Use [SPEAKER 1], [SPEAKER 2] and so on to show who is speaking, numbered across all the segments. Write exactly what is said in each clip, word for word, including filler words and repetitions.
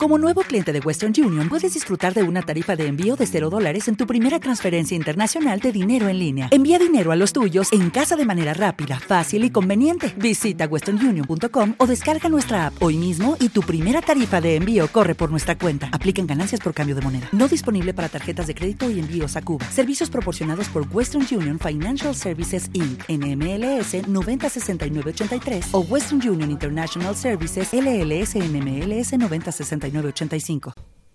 [SPEAKER 1] Como nuevo cliente de Western Union, puedes disfrutar de una tarifa de envío de cero dólares en tu primera transferencia internacional de dinero en línea. Envía dinero a los tuyos en casa de manera rápida, fácil y conveniente. Visita western union punto com o descarga nuestra app hoy mismo y tu primera tarifa de envío corre por nuestra cuenta. Aplican ganancias por cambio de moneda. No disponible para tarjetas de crédito y envíos a Cuba. Servicios proporcionados por Western Union Financial Services Incorporated, N M L S noventa sesenta y nueve ochenta y tres o Western Union International Services L L S N M L S noventa sesenta y nueve ochenta y cinco.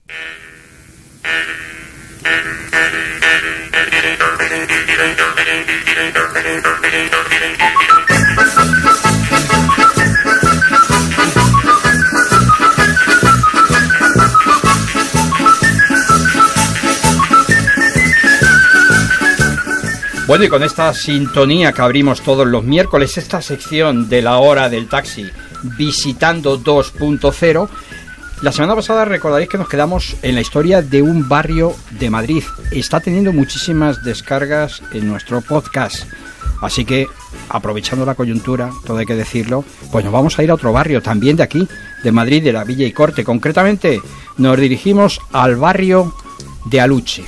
[SPEAKER 2] Bueno, y con esta sintonía que abrimos todos los miércoles, esta sección de la hora del taxi, Visitando dos punto cero, la semana pasada recordaréis que nos quedamos en la historia de un barrio de Madrid. Está teniendo muchísimas descargas en nuestro podcast, así que, aprovechando la coyuntura, todo hay que decirlo, pues nos vamos a ir a otro barrio también de aquí, de Madrid, de la Villa y Corte. Concretamente, nos dirigimos al barrio de Aluche,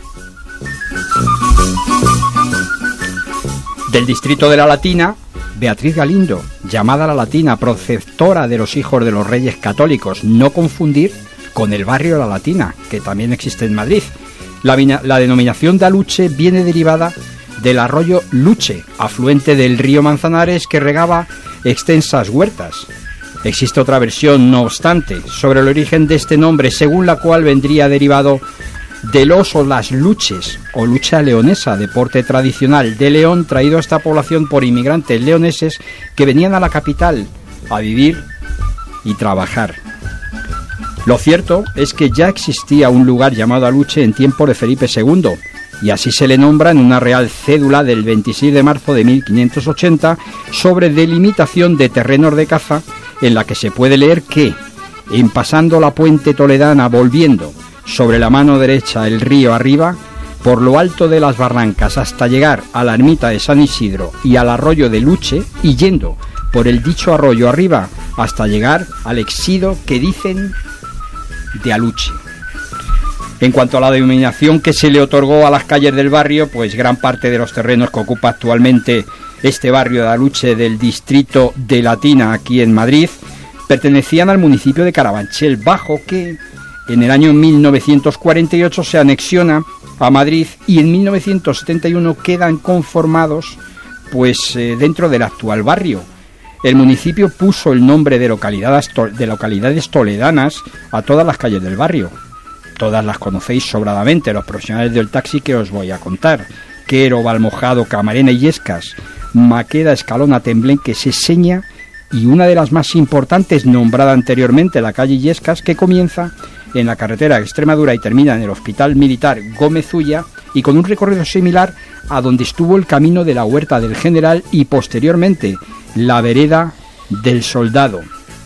[SPEAKER 2] del distrito de La Latina. Beatriz Galindo, llamada La Latina, preceptora de los hijos de los Reyes Católicos, no confundir con el barrio de La Latina, que también existe en Madrid. La, la denominación de Aluche viene derivada del arroyo Luche, afluente del río Manzanares que regaba extensas huertas. Existe otra versión, no obstante, sobre el origen de este nombre, según la cual vendría derivado de los o las luches, o lucha leonesa, deporte tradicional de León traído a esta población por inmigrantes leoneses que venían a la capital a vivir y trabajar. Lo cierto es que ya existía un lugar llamado Aluche en tiempos de Felipe segundo, y así se le nombra en una real cédula del veintiséis de marzo de mil quinientos ochenta sobre delimitación de terrenos de caza, en la que se puede leer que, en pasando la puente toledana volviendo sobre la mano derecha el río arriba, por lo alto de las barrancas hasta llegar a la ermita de San Isidro y al arroyo de Luche, y yendo por el dicho arroyo arriba hasta llegar al ejido que dicen de Aluche. En cuanto a la denominación que se le otorgó a las calles del barrio, pues gran parte de los terrenos que ocupa actualmente este barrio de Aluche del distrito de Latina aquí en Madrid pertenecían al municipio de Carabanchel Bajo, que en el año mil novecientos cuarenta y ocho se anexiona a Madrid y en mil novecientos setenta y uno quedan conformados pues eh, dentro del actual barrio. El municipio puso el nombre de localidades, de localidades toledanas a todas las calles del barrio. Todas las conocéis sobradamente, los profesionales del taxi que os voy a contar: Quero, Valmojado, Camarena, Illescas, Maqueda, Escalona, Temblenque, Seseña y una de las más importantes nombrada anteriormente, la calle Illescas, que comienza en la carretera de Extremadura y termina en el Hospital Militar Gómez Ulla, y con un recorrido similar a donde estuvo el camino de la Huerta del General y posteriormente la vereda del Soldado.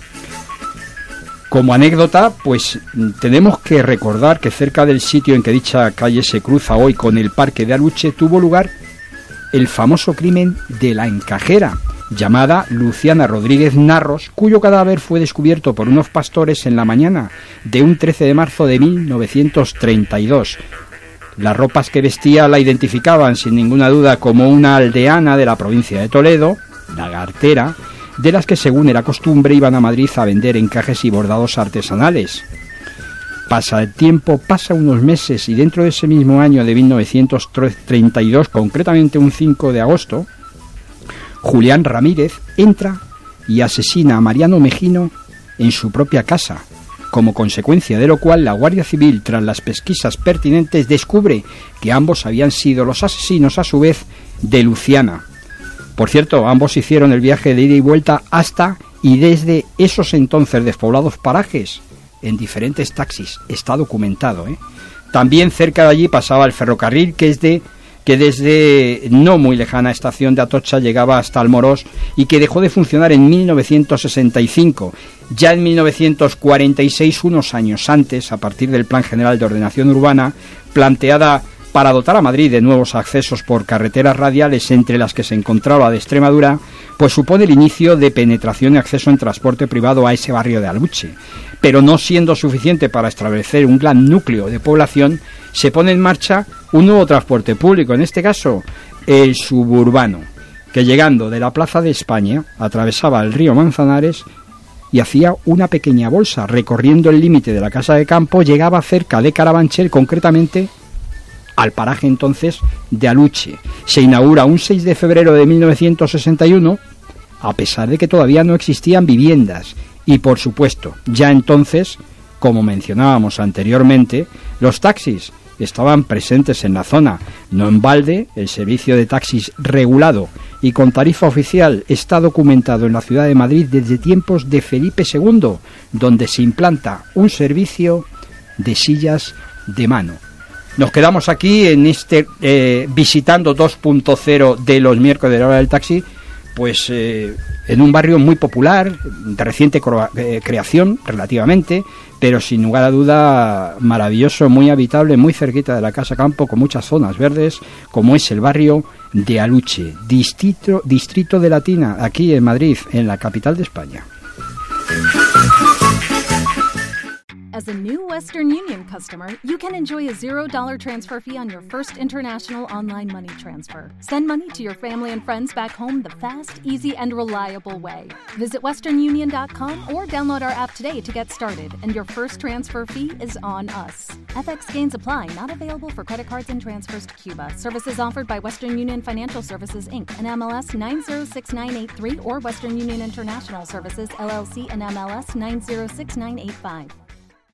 [SPEAKER 2] Como anécdota, pues tenemos que recordar que cerca del sitio en que dicha calle se cruza hoy con el Parque de Aluche tuvo lugar el famoso crimen de la encajera, llamada Luciana Rodríguez Narros, cuyo cadáver fue descubierto por unos pastores en la mañana de un trece de marzo de mil novecientos treinta y dos. Las ropas que vestía la identificaban sin ninguna duda como una aldeana de la provincia de Toledo, lagartera, de las que según era costumbre iban a Madrid a vender encajes y bordados artesanales. Pasa el tiempo, pasa unos meses, y dentro de ese mismo año de mil novecientos treinta y dos, concretamente un cinco de agosto, Julián Ramírez entra y asesina a Mariano Mejino en su propia casa, como consecuencia de lo cual la Guardia Civil, tras las pesquisas pertinentes, descubre que ambos habían sido los asesinos a su vez de Luciana. Por cierto, ambos hicieron el viaje de ida y vuelta hasta y desde esos entonces despoblados parajes en diferentes taxis. Está documentado, ¿eh? También cerca de allí pasaba el ferrocarril que es de que desde no muy lejana estación de Atocha llegaba hasta Almorós y que dejó de funcionar en mil novecientos sesenta y cinco. Ya en mil novecientos cuarenta y seis, unos años antes, a partir del Plan General de Ordenación Urbana, planteada para dotar a Madrid de nuevos accesos por carreteras radiales, entre las que se encontraba la de Extremadura, pues supone el inicio de penetración y acceso en transporte privado a ese barrio de Aluche. Pero no siendo suficiente para establecer un gran núcleo de población, se pone en marcha un nuevo transporte público, en este caso el suburbano, que llegando de la Plaza de España atravesaba el río Manzanares y hacía una pequeña bolsa, recorriendo el límite de la Casa de Campo, llegaba cerca de Carabanchel, concretamente al paraje entonces de Aluche. Se inaugura un seis de febrero de mil novecientos sesenta y uno, a pesar de que todavía no existían viviendas, y por supuesto, ya entonces, como mencionábamos anteriormente, los taxis estaban presentes en la zona. No en balde, el servicio de taxis regulado y con tarifa oficial está documentado en la ciudad de Madrid desde tiempos de Felipe segundo, donde se implanta un servicio de sillas de mano. Nos quedamos aquí en este eh, visitando dos punto cero de los miércoles de la hora del taxi, pues eh, en un barrio muy popular, de reciente cro- eh, creación relativamente, pero sin lugar a duda maravilloso, muy habitable, muy cerquita de la Casa Campo, con muchas zonas verdes, como es el barrio de Aluche, distrito, distrito de Latina, aquí en Madrid, en la capital de España.
[SPEAKER 3] As a new Western Union customer, you can enjoy a zero dollar transfer fee on your first international online money transfer. Send money to your family and friends back home the fast, easy, and reliable way. Visit western union dot com or download our app today to get started, and your first transfer fee is on us. F X gains apply, not available for credit cards and transfers to Cuba. Services offered by Western Union Financial Services, Incorporated, and M L S nine zero six nine eight three, or Western Union International Services, L L C, and M L S nine zero six nine eight five.